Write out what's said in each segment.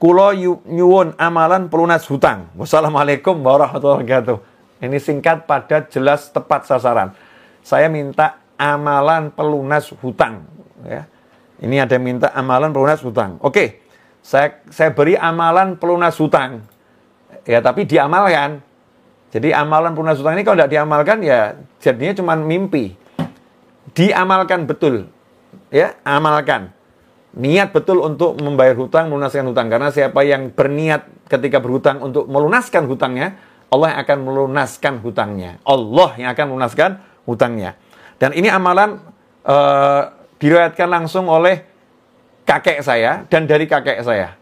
Kulo nyuwun amalan pelunas hutang. Wassalamualaikum warahmatullahi wabarakatuh. Ini singkat, padat, jelas, tepat sasaran. Saya minta amalan pelunas hutang. Ya. Ini ada minta amalan pelunas hutang. Oke, saya beri amalan pelunas hutang. Ya, tapi diamalkan. Jadi amalan pelunas hutang ini kalau tidak diamalkan ya jadinya cuma mimpi. Diamalkan betul. Ya, amalkan. Niat betul untuk membayar hutang, melunaskan hutang. Karena siapa yang berniat ketika berhutang untuk melunaskan hutangnya, Allah yang akan melunaskan hutangnya. Allah yang akan melunaskan hutangnya. Dan ini amalan diriwayatkan langsung oleh kakek saya dan dari kakek saya.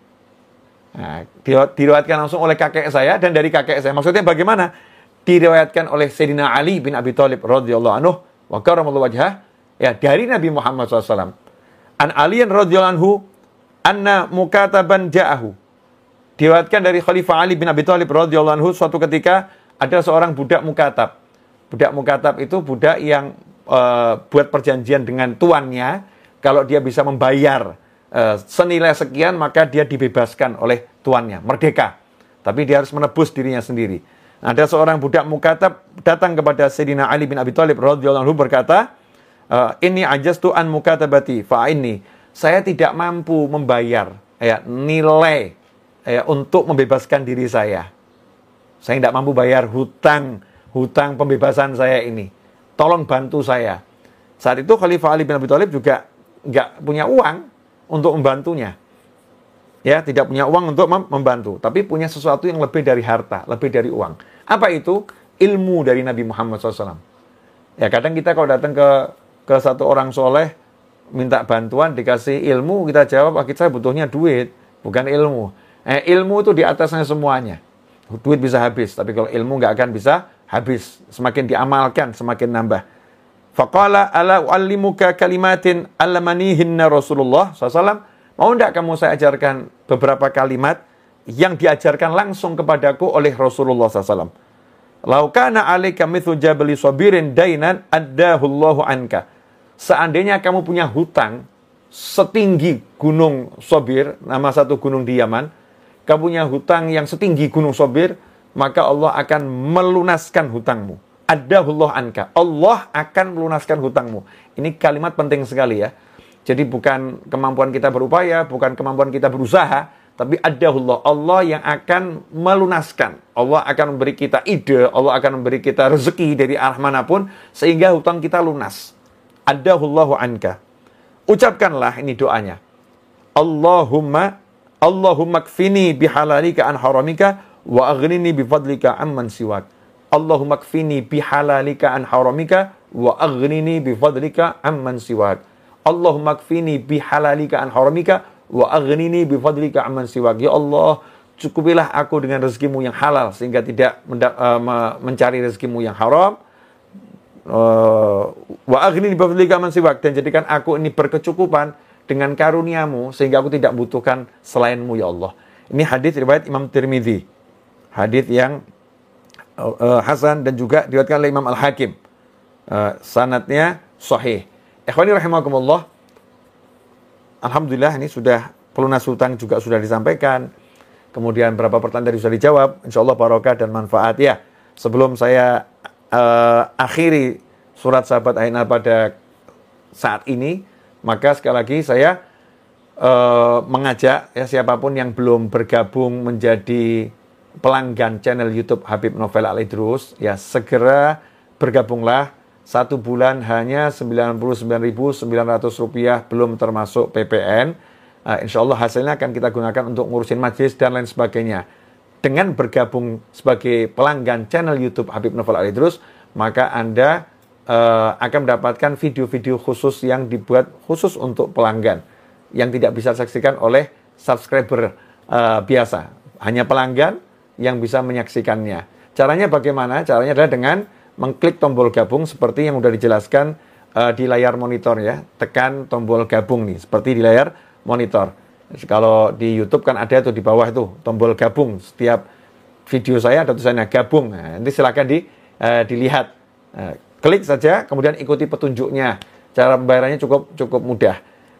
Nah, diriwayatkan langsung oleh kakek saya dan dari kakek saya. Maksudnya bagaimana? Diriwayatkan oleh Sayyidina Ali bin Abi Thalib radhiyallahu anhu wa karamallahu wajhah, ya, dari Nabi Muhammad SAW. An Aliyan radhiyallahu anhu anna mukataban ja'ahu. Diriwayatkan dari Khalifah Ali bin Abi Thalib radhiyallahu anhu, suatu ketika ada seorang budak mukatab. Budak mukatab itu budak yang buat perjanjian dengan tuannya, kalau dia bisa membayar senilai sekian maka dia dibebaskan oleh tuannya, merdeka. Tapi dia harus menebus dirinya sendiri. Ada seorang budak mukatab datang kepada Sayyidina Ali bin Abi Thalib radhiyallahu anhu berkata, ini ajastu an mukatabati fa ini, saya tidak mampu membayar ya nilai untuk membebaskan diri saya. Saya tidak mampu bayar hutang pembebasan saya ini. Tolong bantu saya. Saat itu Khalifah Ali bin Abi Thalib juga nggak punya uang untuk membantunya. Ya, tidak punya uang untuk membantu, tapi punya sesuatu yang lebih dari harta, lebih dari uang. Apa itu? Ilmu dari Nabi Muhammad SAW. Ya, kadang kita kalau datang ke satu orang soleh minta bantuan, dikasih ilmu, kita jawab, saya butuhnya duit, bukan ilmu. Ilmu itu di atasnya semuanya. Duit bisa habis, tapi kalau ilmu nggak akan bisa habis. Semakin diamalkan, semakin nambah. Faqala ala u'allimuka kalimatin allamanihinna Rasulullah SAW. Mau tidak kamu saya ajarkan beberapa kalimat yang diajarkan langsung kepadaku oleh Rasulullah SAW. Laukana alaika mithlu jabali sabirin dainan addahullahu anka. Seandainya kamu punya hutang setinggi gunung Sobir, nama satu gunung di Yaman, kamu punya hutang yang setinggi gunung Sobir, maka Allah akan melunaskan hutangmu. Addahullahu anka. Allah akan melunaskan hutangmu. Ini kalimat penting sekali ya. Jadi bukan kemampuan kita berupaya, bukan kemampuan kita berusaha, tapi addahullah, Allah yang akan melunaskan. Allah akan memberi kita ide, Allah akan memberi kita rezeki dari arah manapun, sehingga hutang kita lunas. Addahullahu anka. Ucapkanlah ini doanya. Allahumma kfini bihalalika an haramika wa aghnini bifadlika amman siwak. Allahumma kfini bihalalika an haramika wa aghnini bifadlika amman siwak. Allahumma kfini bihalalika an haramika wa aghnini bifadlika amman siwak. Ya Allah, cukupilah aku dengan rezekimu yang halal sehingga tidak mencari rezekimu yang haram. Wa aghnini bifadlika amman siwak, dan jadikan aku ini berkecukupan dengan karuniamu sehingga aku tidak butuhkan selainmu ya Allah. Ini hadis riwayat Imam Tirmidzi. Hadis yang hasan dan juga diriwayatkan oleh Imam Al-Hakim. Sanadnya sahih. Ikhwani rahimakumullah. Alhamdulillah ini sudah pelunas hutang juga sudah disampaikan. Kemudian beberapa pertanyaan tadi sudah dijawab. Insyaallah barokah dan manfaat ya. Sebelum saya akhiri surat sahabat Ainal pada saat ini, maka sekali lagi saya mengajak ya siapapun yang belum bergabung menjadi pelanggan channel YouTube Habib Novel Al-Idrus, ya segera bergabunglah. 1 bulan hanya Rp99.900, belum termasuk PPN. Insya Allah hasilnya akan kita gunakan untuk ngurusin majlis dan lain sebagainya. Dengan bergabung sebagai pelanggan channel YouTube Habib Novel Al-Idrus, maka Anda akan mendapatkan video-video khusus yang dibuat khusus untuk pelanggan, yang tidak bisa disaksikan oleh subscriber biasa. Hanya pelanggan yang bisa menyaksikannya. Caranya bagaimana? Caranya adalah dengan mengklik tombol gabung seperti yang sudah dijelaskan di layar monitor ya. Tekan tombol gabung nih, seperti di layar monitor. Kalau di YouTube kan ada tuh di bawah itu tombol gabung. Setiap video saya ada tulisannya gabung. Nah, nanti silakan dilihat. Klik saja, kemudian ikuti petunjuknya. Cara pembayarannya cukup mudah.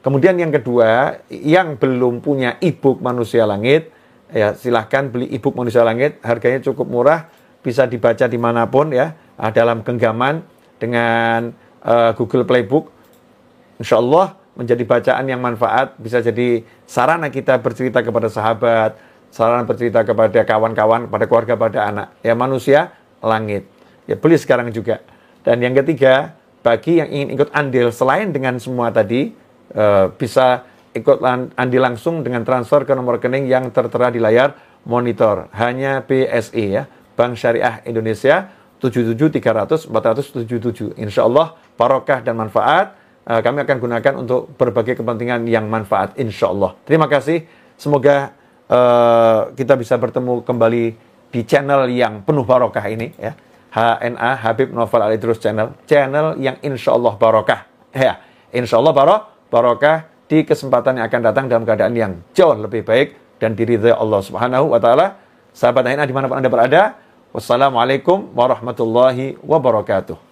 Kemudian yang kedua, yang belum punya e-book Manusia Langit, ya silahkan beli e-book Manusia Langit. Harganya cukup murah, bisa dibaca dimanapun ya, dalam genggaman dengan Google Playbook. Insya Allah menjadi bacaan yang manfaat, bisa jadi sarana kita bercerita kepada sahabat, sarana bercerita kepada kawan-kawan, kepada keluarga, pada anak. Ya, Manusia Langit. Ya, beli sekarang juga. Dan yang ketiga, bagi yang ingin ikut andil selain dengan semua tadi, bisa ikut andil langsung dengan transfer ke nomor rekening yang tertera di layar monitor. Hanya BSI ya, Bank Syariah Indonesia 77300477. Insya Allah barokah dan manfaat. Kami akan gunakan untuk berbagai kepentingan yang manfaat. Insya Allah. Terima kasih. Semoga kita bisa bertemu kembali di channel yang penuh barokah ini ya. HNA Habib Novel Ali Idrus channel yang insya Allah barokah ya. Insya Allah barokah di kesempatan yang akan datang dalam keadaan yang jauh lebih baik dan diridhai Allah Subhanahu wa taala. Sahabat HNA dimanapun Anda berada, wassalamualaikum warahmatullahi wabarakatuh.